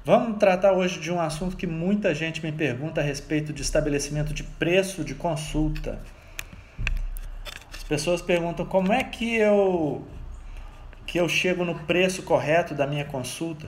Vamos tratar hoje de um assunto que muita gente me pergunta a respeito de estabelecimento de preço de consulta. As pessoas perguntam como é que eu chego no preço correto da minha consulta.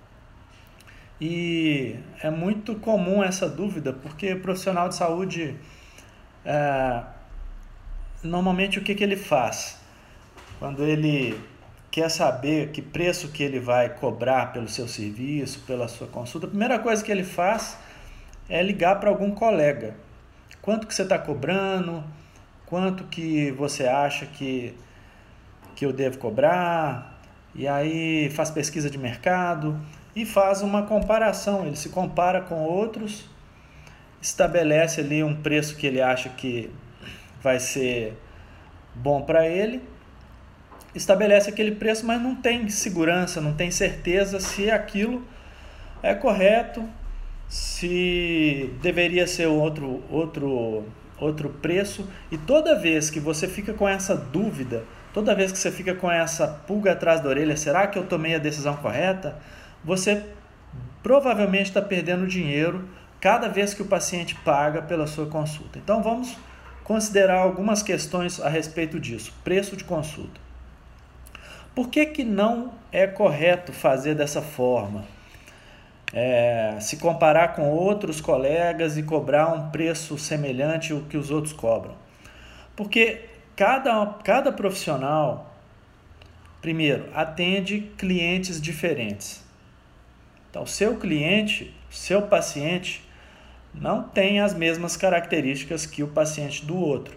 E é muito comum essa dúvida, porque o profissional de saúde, é, normalmente o que ele faz? Quando ele quer saber que preço que ele vai cobrar pelo seu serviço, pela sua consulta, a primeira coisa que ele faz é ligar para algum colega. Quanto que você está cobrando? Quanto que você acha que eu devo cobrar? E aí faz pesquisa de mercado e faz uma comparação. Ele se compara com outros, estabelece ali um preço que ele acha que vai ser bom para ele, estabelece aquele preço, mas não tem segurança, não tem certeza se aquilo é correto, se deveria ser outro preço. E toda vez que você fica com essa dúvida, toda vez que você fica com essa pulga atrás da orelha, será que eu tomei a decisão correta? Você provavelmente está perdendo dinheiro cada vez que o paciente paga pela sua consulta. Então vamos considerar algumas questões a respeito disso. Preço de consulta. Por que não é correto fazer dessa forma? Se comparar com outros colegas e cobrar um preço semelhante ao que os outros cobram. Porque cada profissional, primeiro, atende clientes diferentes. Então, seu cliente, seu paciente, não tem as mesmas características que o paciente do outro.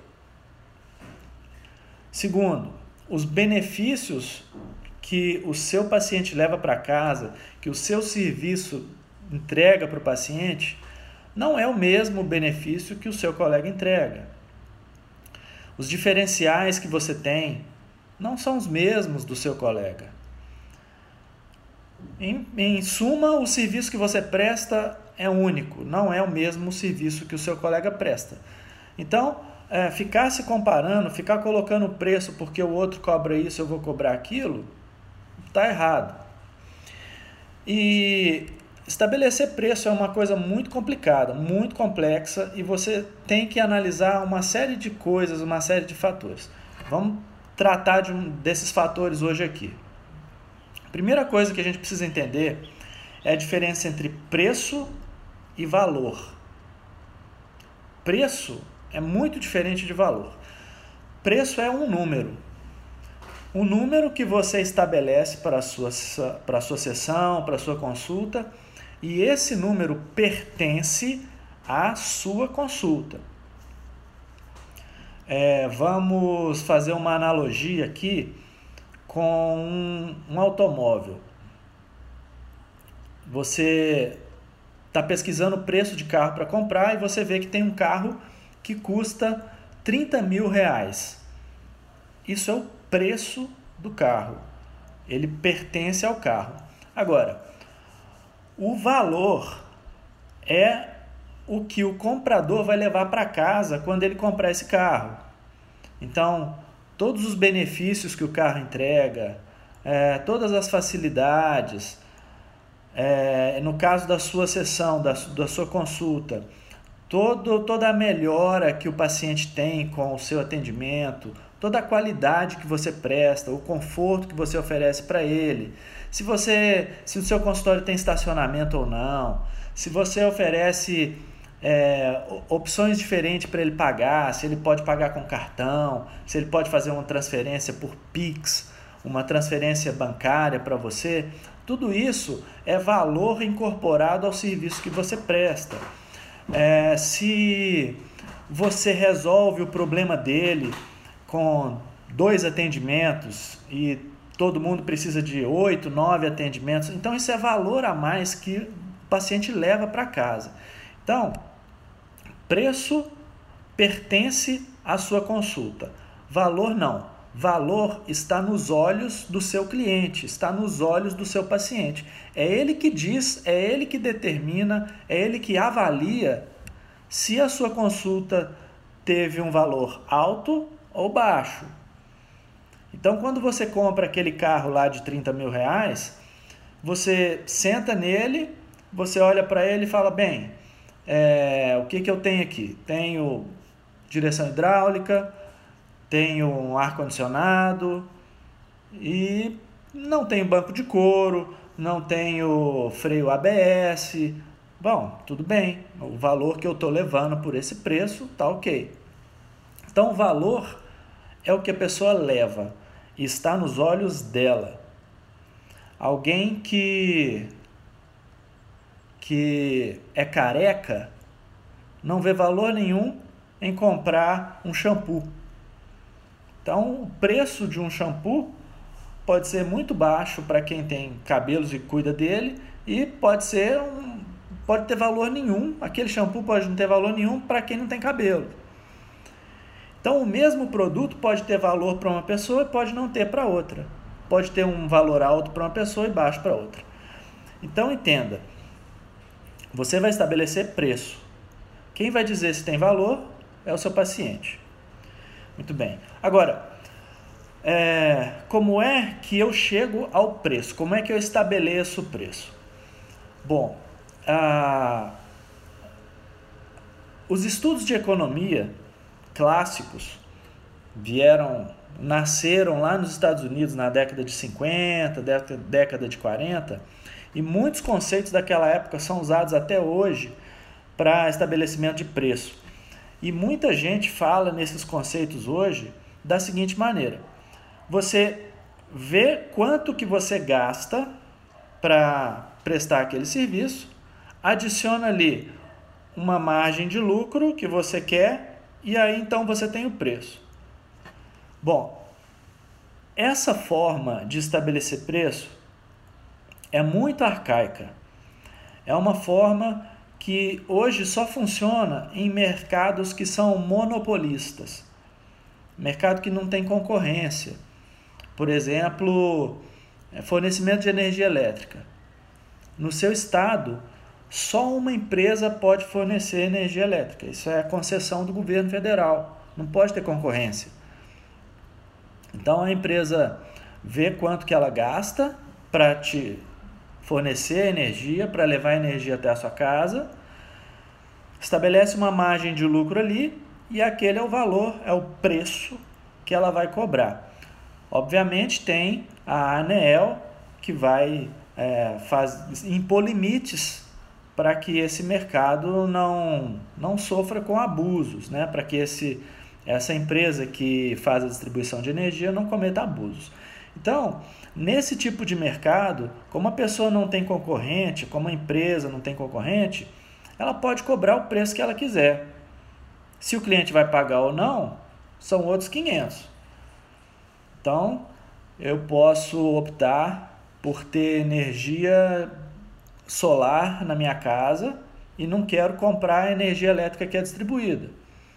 Segundo, os benefícios que o seu paciente leva para casa, que o seu serviço entrega para o paciente, não é o mesmo benefício que o seu colega entrega. Os diferenciais que você tem não são os mesmos do seu colega. Em suma, o serviço que você presta é único, não é o mesmo serviço que o seu colega presta. Então, ficar se comparando, ficar colocando preço porque o outro cobra isso, eu vou cobrar aquilo, está errado. E estabelecer preço é uma coisa muito complicada, muito complexa, e você tem que analisar uma série de coisas, uma série de fatores. Vamos tratar de desses fatores hoje aqui. A primeira coisa que a gente precisa entender é a diferença entre preço e valor. Preço é muito diferente de valor. Preço é um número. Um número que você estabelece para a sua sessão, para a sua consulta, e esse número pertence à sua consulta. Vamos fazer uma analogia aqui com um automóvel. Você está pesquisando o preço de carro para comprar e você vê que tem um carro que custa 30 mil reais. Isso é o preço do carro. Ele pertence ao carro. Agora, o valor é o que o comprador vai levar para casa quando ele comprar esse carro. Então, todos os benefícios que o carro entrega, todas as facilidades, no caso da sua sessão, da sua consulta, toda a melhora que o paciente tem com o seu atendimento, toda a qualidade que você presta, o conforto que você oferece para ele, se o seu consultório tem estacionamento ou não, se você oferece opções diferentes para ele pagar, se ele pode pagar com cartão, se ele pode fazer uma transferência por Pix, uma transferência bancária para você, tudo isso é valor incorporado ao serviço que você presta. Se você resolve o problema dele com 2 atendimentos e todo mundo precisa de 8, 9 atendimentos, então isso é valor a mais que o paciente leva para casa. Então, preço pertence à sua consulta, valor não. Valor está nos olhos do seu cliente, está nos olhos do seu paciente. É ele que diz, é ele que determina, é ele que avalia se a sua consulta teve um valor alto ou baixo. Então, quando você compra aquele carro lá de 30 mil reais, você senta nele você olha para ele e fala, bem, o que eu tenho aqui? Tenho direção hidráulica, tenho um ar-condicionado e não tenho banco de couro, não tenho freio ABS. Bom, tudo bem, o valor que eu estou levando por esse preço está ok. Então, o valor é o que a pessoa leva e está nos olhos dela. Alguém que é careca não vê valor nenhum em comprar um shampoo. Então, o preço de um shampoo pode ser muito baixo para quem tem cabelos e cuida dele e pode ter valor nenhum. Aquele shampoo pode não ter valor nenhum para quem não tem cabelo. Então, o mesmo produto pode ter valor para uma pessoa e pode não ter para outra. Pode ter um valor alto para uma pessoa e baixo para outra. Então, entenda. Você vai estabelecer preço. Quem vai dizer se tem valor é o seu paciente. Muito bem. Agora, como é que eu chego ao preço? Como é que eu estabeleço o preço? Bom, os estudos de economia clássicos nasceram lá nos Estados Unidos na década de 50, década de 40, e muitos conceitos daquela época são usados até hoje para estabelecimento de preço. E muita gente fala nesses conceitos hoje da seguinte maneira: você vê quanto que você gasta para prestar aquele serviço, adiciona ali uma margem de lucro que você quer e aí então você tem o preço. Bom, essa forma de estabelecer preço é muito arcaica. É uma forma que hoje só funciona em mercados que são monopolistas. Mercado que não tem concorrência. Por exemplo, fornecimento de energia elétrica. No seu estado, só uma empresa pode fornecer energia elétrica. Isso é a concessão do governo federal. Não pode ter concorrência. Então a empresa vê quanto que ela gasta para te fornecer energia, para levar a energia até a sua casa, estabelece uma margem de lucro ali e aquele é o valor, é o preço que ela vai cobrar. Obviamente tem a ANEEL que vai impor limites para que esse mercado não sofra com abusos, né? Para que essa empresa que faz a distribuição de energia não cometa abusos. Então, nesse tipo de mercado, como a pessoa não tem concorrente, como a empresa não tem concorrente, ela pode cobrar o preço que ela quiser. Se o cliente vai pagar ou não, são outros 500. Então, eu posso optar por ter energia solar na minha casa e não quero comprar a energia elétrica que é distribuída.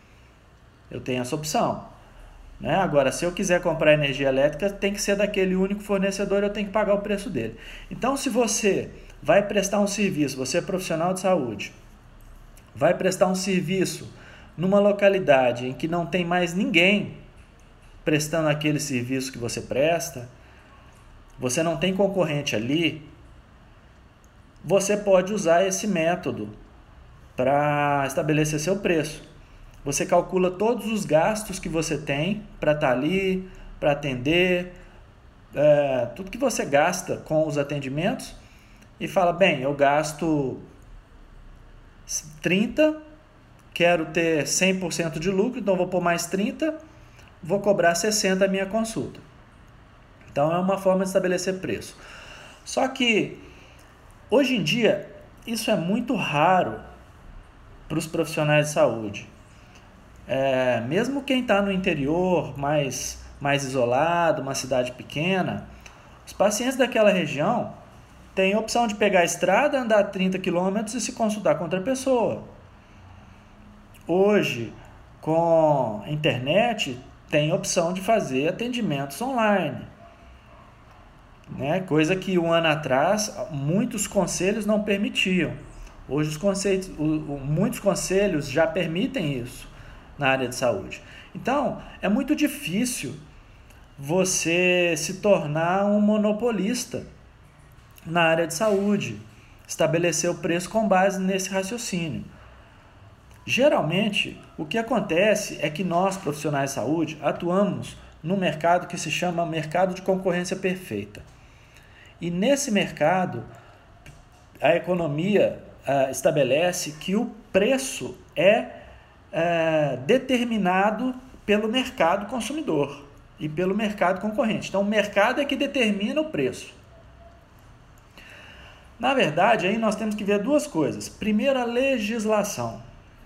Eu tenho essa opção. Né? Agora, se eu quiser comprar energia elétrica, tem que ser daquele único fornecedor, eu tenho que pagar o preço dele. Então, se você vai prestar um serviço, você é profissional de saúde, vai prestar um serviço numa localidade em que não tem mais ninguém prestando aquele serviço que você presta, você não tem concorrente ali, você pode usar esse método para estabelecer seu preço. Você calcula todos os gastos que você tem para estar ali, para atender, tudo que você gasta com os atendimentos e fala, bem, eu gasto 30, quero ter 100% de lucro, então vou pôr mais 30, vou cobrar 60 a minha consulta. Então é uma forma de estabelecer preço. Só que hoje em dia isso é muito raro para os profissionais de saúde. Mesmo quem está no interior, mais isolado, uma cidade pequena, os pacientes daquela região têm a opção de pegar a estrada, andar 30 km e se consultar com outra pessoa. Hoje, com a internet, tem a opção de fazer atendimentos online. Né? Coisa que um ano atrás muitos conselhos não permitiam. Hoje muitos conselhos já permitem isso na área de saúde. Então, é muito difícil você se tornar um monopolista na área de saúde. estabelecer o preço com base nesse raciocínio. Geralmente, o que acontece é que nós, profissionais de saúde, atuamos num mercado que se chama mercado de concorrência perfeita. E nesse mercado, a economia estabelece que o preço é determinado pelo mercado consumidor e pelo mercado concorrente. Então, o mercado é que determina o preço. Na verdade, aí nós temos que ver duas coisas. Primeiro, a legislação.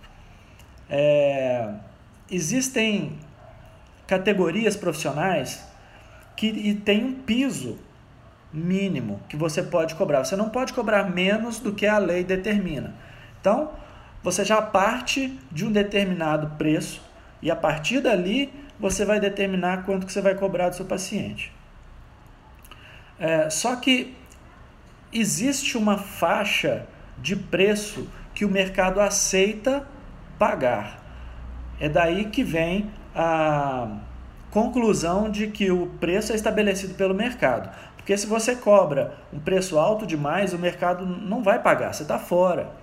Existem categorias profissionais que têm um piso mínimo que você pode cobrar. Você não pode cobrar menos do que a lei determina. Então, você já parte de um determinado preço e a partir dali você vai determinar quanto que você vai cobrar do seu paciente. Só que existe uma faixa de preço que o mercado aceita pagar. É daí que vem a conclusão de que o preço é estabelecido pelo mercado. Porque se você cobra um preço alto demais, o mercado não vai pagar, você está fora.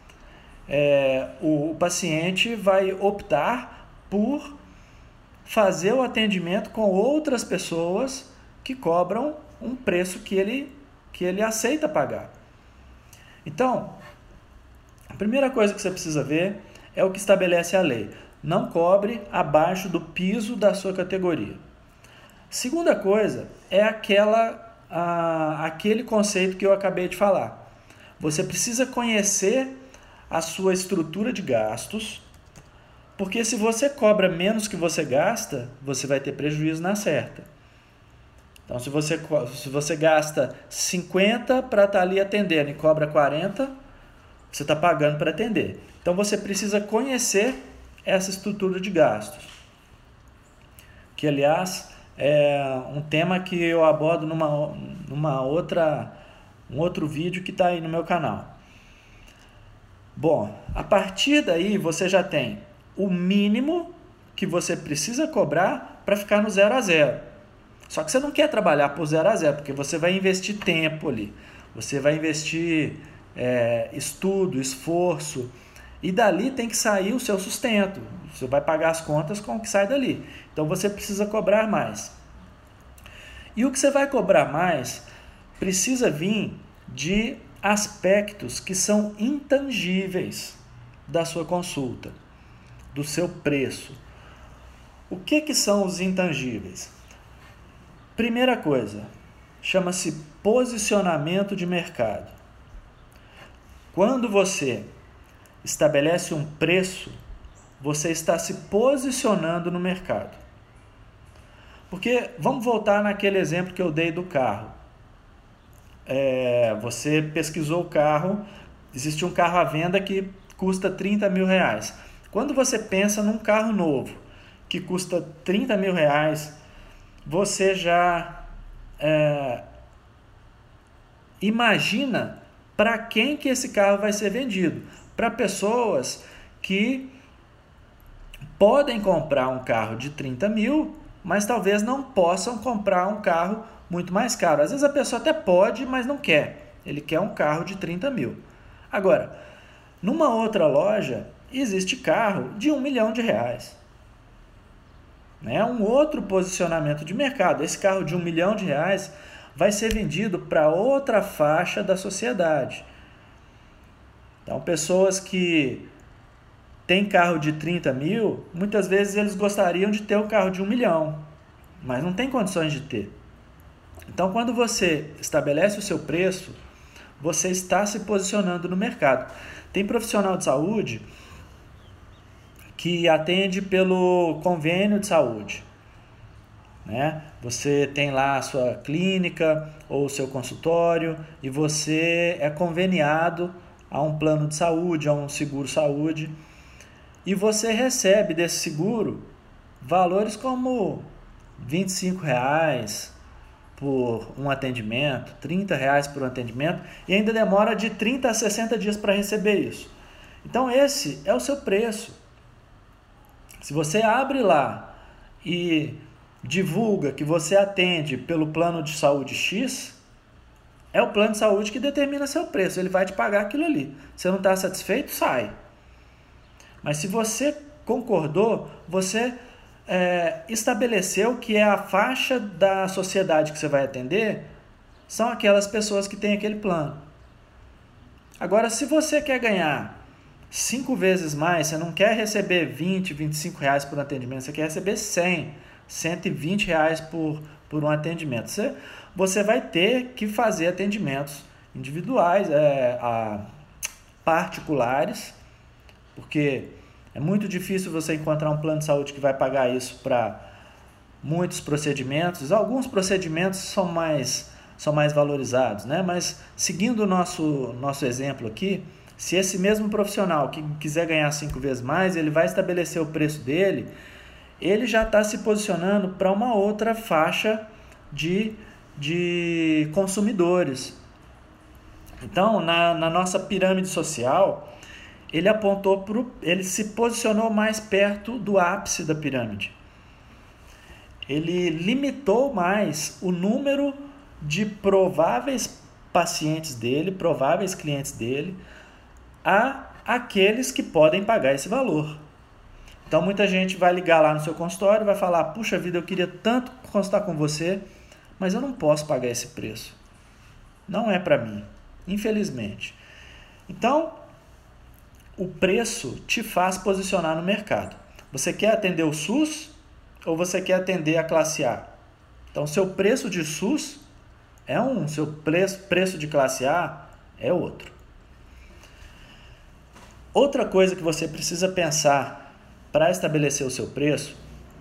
O paciente vai optar por fazer o atendimento com outras pessoas que cobram um preço que ele aceita pagar. Então, a primeira coisa que você precisa ver é o que estabelece a lei. Não cobre abaixo do piso da sua categoria. Segunda coisa é aquele conceito que eu acabei de falar. Você precisa conhecer a sua estrutura de gastos, porque se você cobra menos que você gasta, você vai ter prejuízo na certa. Então, se você gasta 50 para estar ali atendendo e cobra 40, você está pagando para atender. Então, você precisa conhecer essa estrutura de gastos, que, aliás, é um tema que eu abordo um outro vídeo que está aí no meu canal. Bom, a partir daí você já tem o mínimo que você precisa cobrar para ficar no 0 a 0. Só que você não quer trabalhar por 0 a 0, porque você vai investir tempo ali, você vai investir estudo, esforço, e dali tem que sair o seu sustento. Você vai pagar as contas com o que sai dali. Então você precisa cobrar mais. E o que você vai cobrar mais precisa vir de aspectos que são intangíveis da sua consulta, do seu preço. O que são os intangíveis? Primeira coisa, chama-se posicionamento de mercado. Quando você estabelece um preço, você está se posicionando no mercado. Porque, vamos voltar naquele exemplo que eu dei do carro. Você pesquisou o carro, existe um carro à venda que custa 30 mil reais. Quando você pensa num carro novo que custa 30 mil reais, você já imagina para quem que esse carro vai ser vendido. Para pessoas que podem comprar um carro de 30 mil, mas talvez não possam comprar um carro muito mais caro. Às vezes a pessoa até pode, mas não quer. Ele quer um carro de 30 mil. Agora, numa outra loja, existe carro de 1 milhão de reais. Um outro posicionamento de mercado. Esse carro de 1 milhão de reais vai ser vendido para outra faixa da sociedade. Então, pessoas que têm carro de 30 mil, muitas vezes eles gostariam de ter um carro de 1 milhão, mas não tem condições de ter. Então, quando você estabelece o seu preço, você está se posicionando no mercado. Tem profissional de saúde que atende pelo convênio de saúde. Você tem lá a sua clínica ou o seu consultório e você é conveniado a um plano de saúde, a um seguro-saúde, e você recebe desse seguro valores como R$25 por um atendimento, R$30 por um atendimento, e ainda demora de 30 a 60 dias para receber isso. Então esse é o seu preço. Se você abre lá e divulga que você atende pelo plano de saúde X, É o plano de saúde que determina seu preço, ele vai te pagar aquilo ali. Se você não está satisfeito, sai. Mas se você concordou, você estabeleceu que é a faixa da sociedade que você vai atender, são aquelas pessoas que têm aquele plano. Agora, se você quer ganhar 5 vezes mais, você não quer receber 20, 25 reais por atendimento, você quer receber 100, 120 reais por um atendimento. Você vai ter que fazer atendimentos individuais, particulares, porque é muito difícil você encontrar um plano de saúde que vai pagar isso para muitos procedimentos. Alguns procedimentos são mais valorizados, né? Mas seguindo o nosso exemplo aqui, se esse mesmo profissional que quiser ganhar 5 vezes mais, ele vai estabelecer o preço dele, ele já está se posicionando para uma outra faixa de consumidores. Então, na nossa pirâmide social, ele se posicionou mais perto do ápice da pirâmide. Ele limitou mais o número de prováveis pacientes dele, prováveis clientes dele, a aqueles que podem pagar esse valor. Então, muita gente vai ligar lá no seu consultório e vai falar: puxa vida, eu queria tanto consultar com você, mas eu não posso pagar esse preço. Não é para mim, infelizmente. Então, o preço te faz posicionar no mercado. Você quer atender o SUS ou você quer atender a classe A? Então, seu preço de SUS é um, seu preço de classe A é outro. Outra coisa que você precisa pensar para estabelecer o seu preço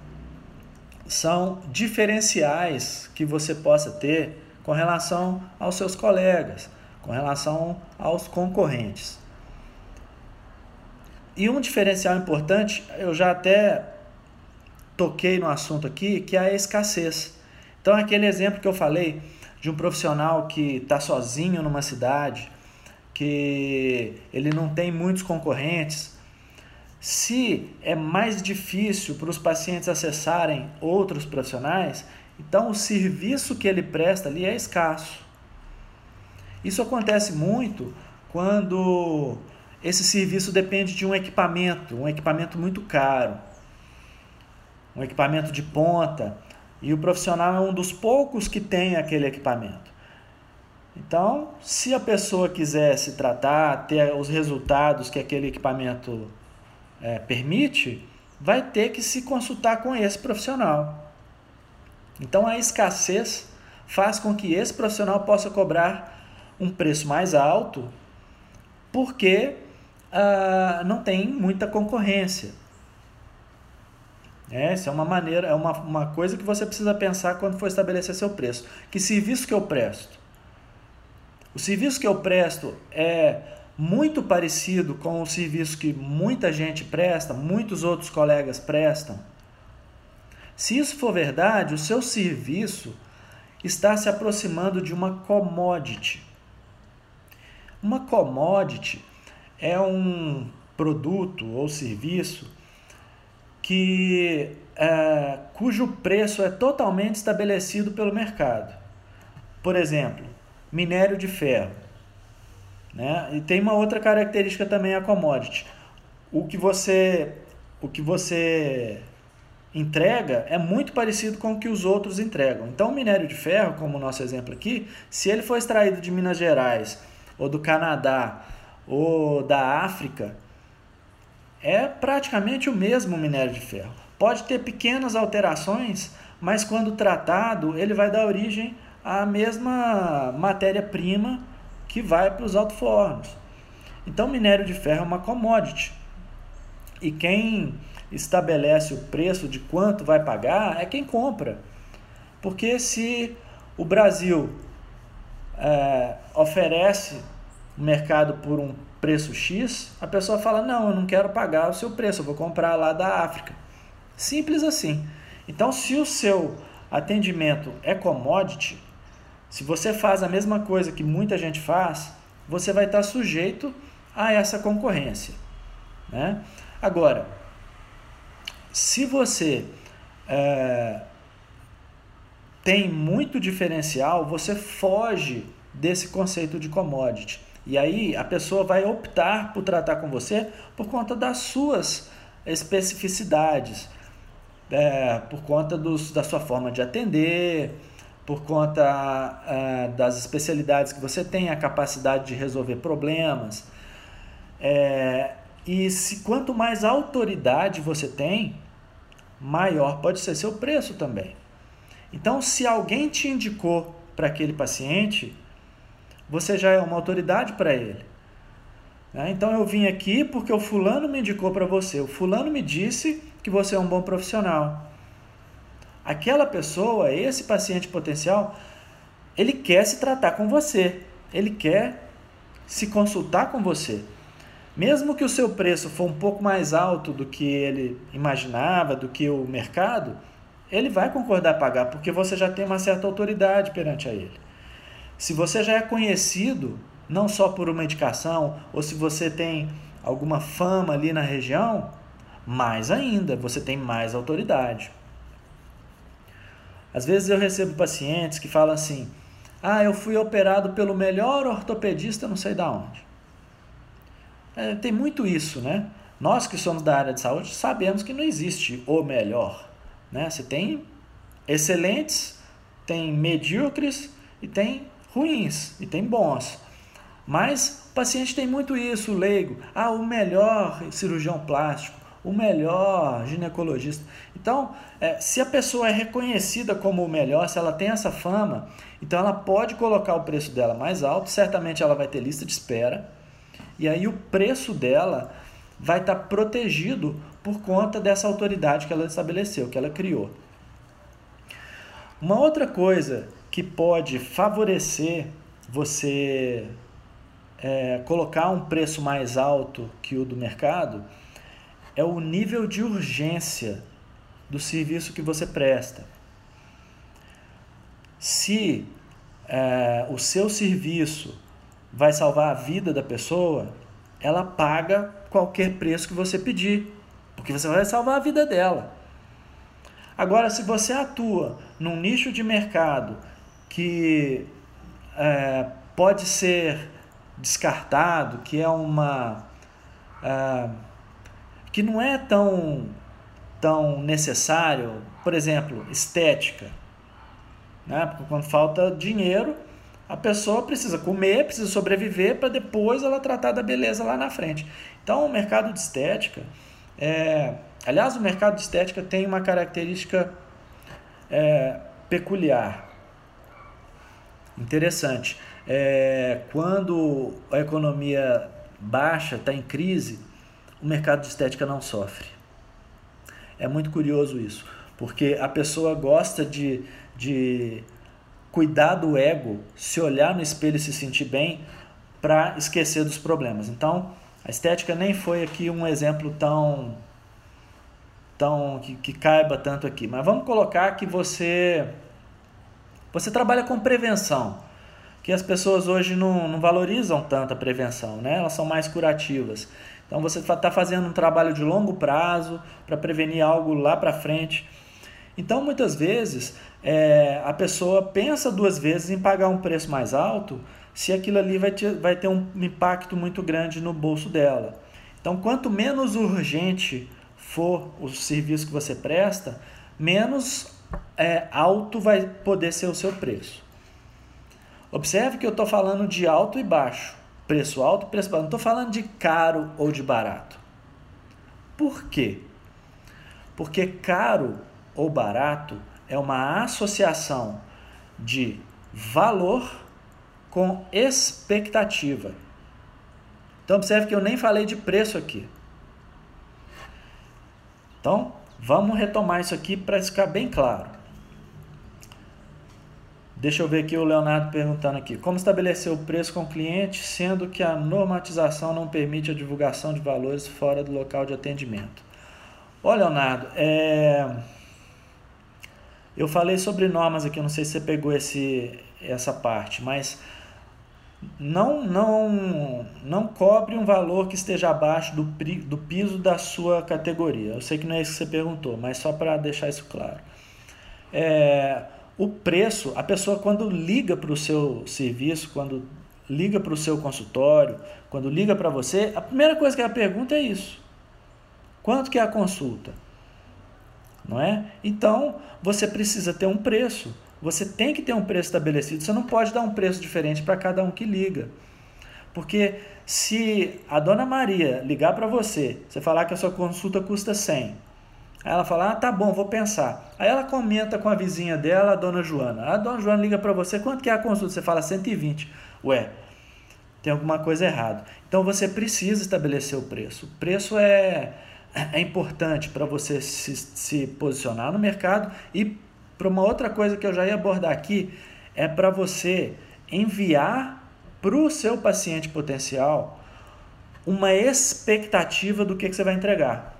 são diferenciais que você possa ter com relação aos seus colegas, com relação aos concorrentes. E um diferencial importante, eu já até toquei no assunto aqui, que é a escassez. Então, aquele exemplo que eu falei de um profissional que está sozinho numa cidade, que ele não tem muitos concorrentes, se é mais difícil para os pacientes acessarem outros profissionais, então o serviço que ele presta ali é escasso. Isso acontece muito quando esse serviço depende de um equipamento muito caro, um equipamento de ponta, e o profissional é um dos poucos que tem aquele equipamento. Então, se a pessoa quiser se tratar, ter os resultados que aquele equipamento permite, vai ter que se consultar com esse profissional. Então, a escassez faz com que esse profissional possa cobrar um preço mais alto, porque não tem muita concorrência. Essa é uma maneira, é uma coisa que você precisa pensar quando for estabelecer seu preço. Que serviço que eu presto? O serviço que eu presto é muito parecido com o serviço que muita gente presta, muitos outros colegas prestam? Se isso for verdade, o seu serviço está se aproximando de uma commodity. Uma commodity é um produto ou serviço cujo preço é totalmente estabelecido pelo mercado. Por exemplo, minério de ferro, né? E tem uma outra característica também, a commodity. O que você entrega é muito parecido com o que os outros entregam. Então, o minério de ferro, como o nosso exemplo aqui, se ele for extraído de Minas Gerais, ou do Canadá, ou da África, é praticamente o mesmo minério de ferro. Pode ter pequenas alterações, mas quando tratado, ele vai dar origem à mesma matéria-prima que vai para os alto-fornos. Então, o minério de ferro é uma commodity. E quem estabelece o preço de quanto vai pagar é quem compra. Porque se o Brasil oferece o mercado por um preço X, a pessoa fala: não, eu não quero pagar o seu preço, eu vou comprar lá da África. Simples assim. Então, se o seu atendimento é commodity, se você faz a mesma coisa que muita gente faz, você vai estar sujeito a essa concorrência, né? Agora, se você tem muito diferencial, você foge desse conceito de commodity. E aí a pessoa vai optar por tratar com você por conta das suas especificidades, por conta da sua forma de atender, por conta das especialidades que você tem, a capacidade de resolver problemas. E quanto mais autoridade você tem, maior pode ser seu preço também. Então, se alguém te indicou para aquele paciente, você já é uma autoridade para ele. Então, eu vim aqui porque o fulano me indicou para você, o fulano me disse que você é um bom profissional. Aquela pessoa, esse paciente potencial, ele quer se tratar com você, ele quer se consultar com você. Mesmo que o seu preço for um pouco mais alto do que ele imaginava, do que o mercado, ele vai concordar a pagar, porque você já tem uma certa autoridade perante a ele. Se você já é conhecido, não só por uma indicação, ou se você tem alguma fama ali na região, mais ainda, você tem mais autoridade. Às vezes eu recebo pacientes que falam assim: eu fui operado pelo melhor ortopedista não sei da onde. Tem muito isso, né? Nós que somos da área de saúde sabemos que não existe o melhor, né? Você tem excelentes, tem medíocres e tem ruins e tem bons. Mas o paciente tem muito isso, o leigo. O melhor cirurgião plástico, o melhor ginecologista. Então, se a pessoa é reconhecida como o melhor, se ela tem essa fama, então ela pode colocar o preço dela mais alto, certamente ela vai ter lista de espera, e aí o preço dela vai estar protegido por conta dessa autoridade que ela estabeleceu, que ela criou. Uma outra coisa que pode favorecer você colocar um preço mais alto que o do mercado é o nível de urgência do serviço que você presta. Se o seu serviço vai salvar a vida da pessoa, ela paga qualquer preço que você pedir, porque você vai salvar a vida dela. Agora, se você atua num nicho de mercado que pode ser descartado, que é que não é tão necessário, por exemplo, estética, né? Porque quando falta dinheiro, a pessoa precisa comer, precisa sobreviver para depois ela tratar da beleza lá na frente. Então, o mercado de estética, aliás, o mercado de estética tem uma característica peculiar, interessante. Quando a economia baixa, está em crise, o mercado de estética não sofre. É muito curioso isso, porque a pessoa gosta de cuidar do ego, se olhar no espelho e se sentir bem para esquecer dos problemas. Então, a estética nem foi aqui um exemplo que caiba tanto aqui. Mas vamos colocar que você trabalha com prevenção, que as pessoas hoje não valorizam tanto a prevenção, né? Elas são mais curativas. Então, você está fazendo um trabalho de longo prazo para prevenir algo lá para frente. Então, muitas vezes, a pessoa pensa duas vezes em pagar um preço mais alto se aquilo ali vai ter um impacto muito grande no bolso dela. Então, quanto menos urgente for o serviço que você presta, menos alto vai poder ser o seu preço. Observe que eu estou falando de alto e baixo. Preço alto, preço baixo. Não estou falando de caro ou de barato. Por quê? Porque caro ou barato é uma associação de valor com expectativa. Então, observe que eu nem falei de preço aqui. Então, vamos retomar isso aqui para ficar bem claro. Deixa eu ver aqui o Leonardo perguntando aqui. Como estabelecer o preço com o cliente, sendo que a normatização não permite a divulgação de valores fora do local de atendimento? Olha, Leonardo, eu falei sobre normas aqui, não sei se você pegou essa parte, mas não cobre um valor que esteja abaixo do piso da sua categoria. Eu sei que não é isso que você perguntou, mas só para deixar isso claro. o preço, a pessoa quando liga para o seu serviço, quando liga para o seu consultório, quando liga para você, a primeira coisa que ela pergunta é isso. Quanto que é a consulta? Não é? Então, você precisa ter um preço. Você tem que ter um preço estabelecido. Você não pode dar um preço diferente para cada um que liga. Porque se a dona Maria ligar para você, você falar que a sua consulta custa 100, aí ela fala, tá bom, vou pensar. Aí ela comenta com a vizinha dela, a dona Joana. A dona Joana liga para você, quanto que é a consulta? Você fala 120. Ué, tem alguma coisa errada. Então você precisa estabelecer o preço. O preço é importante para você se posicionar no mercado. E para uma outra coisa que eu já ia abordar aqui, é para você enviar para o seu paciente potencial uma expectativa do que você vai entregar.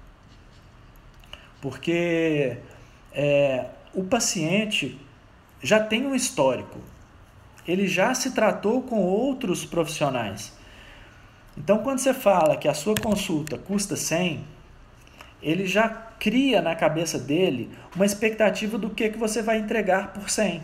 Porque o paciente já tem um histórico, ele já se tratou com outros profissionais. Então, quando você fala que a sua consulta custa 100, ele já cria na cabeça dele uma expectativa do que você vai entregar por 100.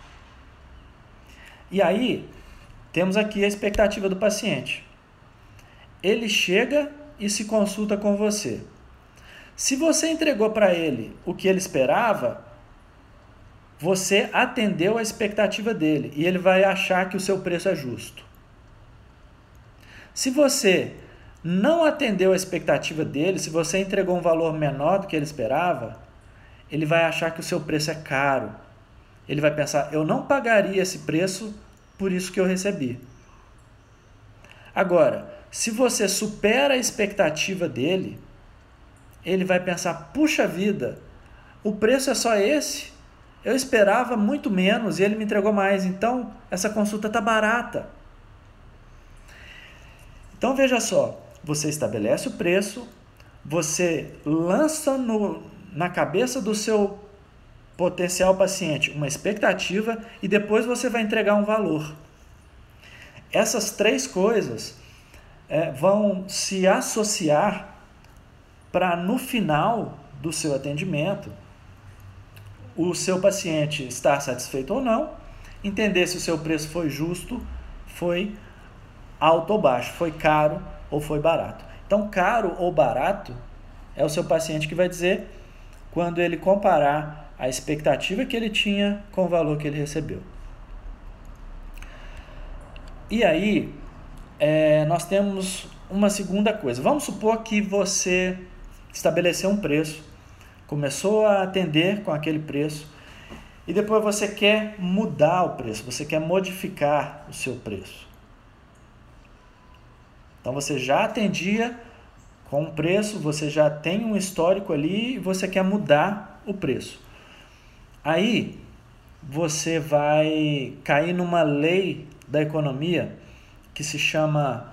E aí, temos aqui a expectativa do paciente. Ele chega e se consulta com você. Se você entregou para ele o que ele esperava, você atendeu a expectativa dele e ele vai achar que o seu preço é justo. Se você não atendeu a expectativa dele, se você entregou um valor menor do que ele esperava, ele vai achar que o seu preço é caro. Ele vai pensar, eu não pagaria esse preço por isso que eu recebi. Agora, se você supera a expectativa dele, ele vai pensar, puxa vida, o preço é só esse? Eu esperava muito menos e ele me entregou mais, então essa consulta está barata. Então veja só, você estabelece o preço, você lança na cabeça do seu potencial paciente uma expectativa e depois você vai entregar um valor. Essas três coisas vão se associar para no final do seu atendimento o seu paciente estar satisfeito ou não, entender se o seu preço foi justo, foi alto ou baixo, foi caro ou foi barato. Então, caro ou barato é o seu paciente que vai dizer quando ele comparar a expectativa que ele tinha com o valor que ele recebeu. E aí, nós temos uma segunda coisa. Vamos supor que você estabeleceu um preço, começou a atender com aquele preço e depois você quer mudar o preço, você quer modificar o seu preço. Então você já atendia com um preço, você já tem um histórico ali e você quer mudar o preço. Aí você vai cair numa lei da economia que se chama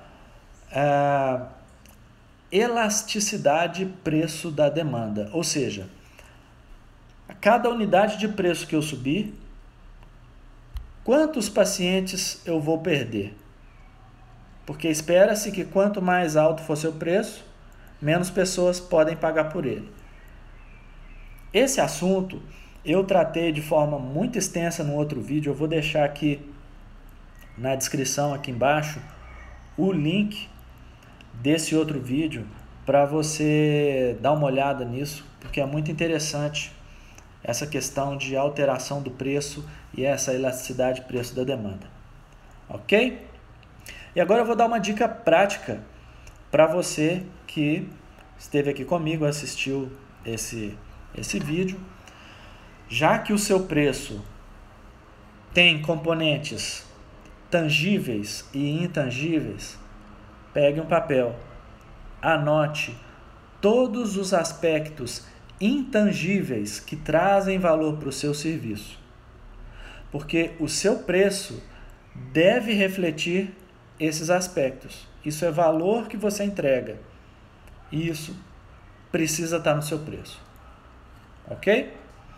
elasticidade preço da demanda. Ou seja, a cada unidade de preço que eu subir, quantos pacientes eu vou perder? Porque espera-se que quanto mais alto for seu preço, menos pessoas podem pagar por ele. Esse assunto eu tratei de forma muito extensa no outro vídeo. Eu vou deixar aqui na descrição, aqui embaixo, o link desse outro vídeo para você dar uma olhada nisso, porque é muito interessante essa questão de alteração do preço e essa elasticidade preço da demanda. Ok? E agora eu vou dar uma dica prática para você que esteve aqui comigo, assistiu esse vídeo. Já que o seu preço tem componentes tangíveis e intangíveis, pegue um papel, anote todos os aspectos intangíveis que trazem valor para o seu serviço. Porque o seu preço deve refletir esses aspectos. Isso é valor que você entrega. E isso precisa estar no seu preço. Ok?